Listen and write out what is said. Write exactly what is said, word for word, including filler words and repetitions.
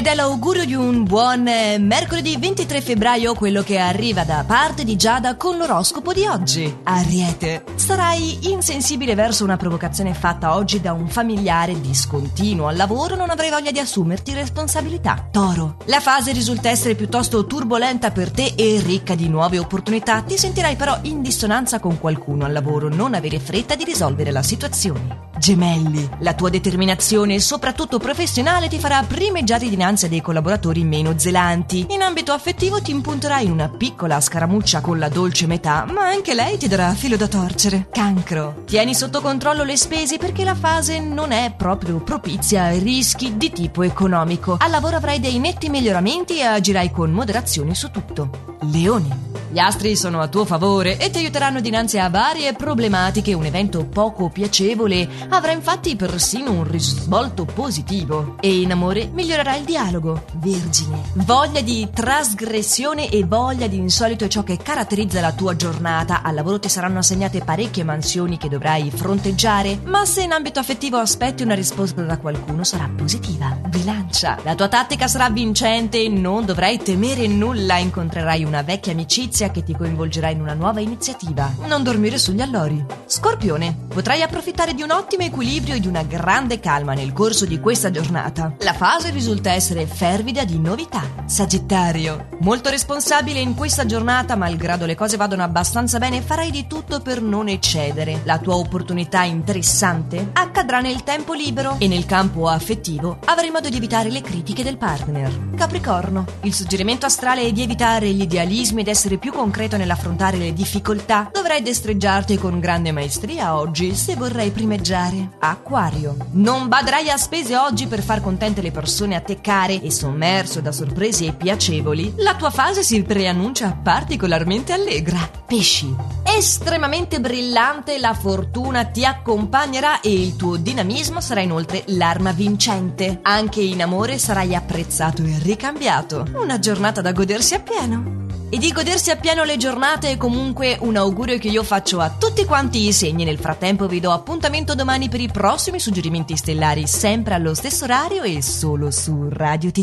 Ed è l'augurio di un buon eh, mercoledì ventitré febbraio quello che arriva da parte di Giada con l'oroscopo di oggi. Ariete, sarai insensibile verso una provocazione fatta oggi da un familiare discontinuo al lavoro, non avrai voglia di assumerti responsabilità. Toro, la fase risulta essere piuttosto turbolenta per te e ricca di nuove opportunità, ti sentirai però in dissonanza con qualcuno al lavoro, non avere fretta di risolvere la situazione. Gemelli, la tua determinazione, soprattutto professionale, ti farà primeggiare dinanzi a dei collaboratori meno zelanti. In ambito affettivo ti impunterai in una piccola scaramuccia con la dolce metà, ma anche lei ti darà filo da torcere. Cancro, tieni sotto controllo le spese perché la fase non è proprio propizia ai rischi di tipo economico. Al lavoro avrai dei netti miglioramenti e agirai con moderazione su tutto. Leone, gli astri sono a tuo favore e ti aiuteranno dinanzi a varie problematiche. Un evento poco piacevole avrà infatti persino un risvolto positivo. E in amore migliorerà il dialogo. Vergine, voglia di trasgressione e voglia di insolito è ciò che caratterizza la tua giornata. Al lavoro ti saranno assegnate parecchie mansioni che dovrai fronteggiare, ma se in ambito affettivo aspetti una risposta da qualcuno sarà positiva. Bilancia, la tua tattica sarà vincente, non dovrai temere nulla, incontrerai una vecchia amicizia che ti coinvolgerà in una nuova iniziativa. Non dormire sugli allori. Scorpione, potrai approfittare di un ottimo equilibrio e di una grande calma nel corso di questa giornata. La fase risulta essere fervida di novità. Sagittario, molto responsabile in questa giornata, malgrado le cose vadano abbastanza bene, farai di tutto per non eccedere. La tua opportunità interessante accadrà nel tempo libero e nel campo affettivo avrai modo di evitare le critiche del partner. Capricorno, il suggerimento astrale è di evitare gli idealismi ed essere più concreto nell'affrontare le difficoltà. Dovrai destreggiarti con grande maestria oggi se vorrai primeggiare. Acquario, non baderai a spese oggi per far contente le persone a te care e sommerso da sorprese piacevoli. La tua fase si preannuncia particolarmente allegra. Pesci, estremamente brillante, la fortuna ti accompagnerà e il tuo dinamismo sarà inoltre l'arma vincente. Anche in amore sarai apprezzato e ricambiato. Una giornata da godersi appieno. E di godersi appieno le giornate è comunque un augurio che io faccio a tutti quanti i segni. Nel frattempo vi do appuntamento domani per i prossimi suggerimenti stellari, sempre allo stesso orario e solo su Radio T.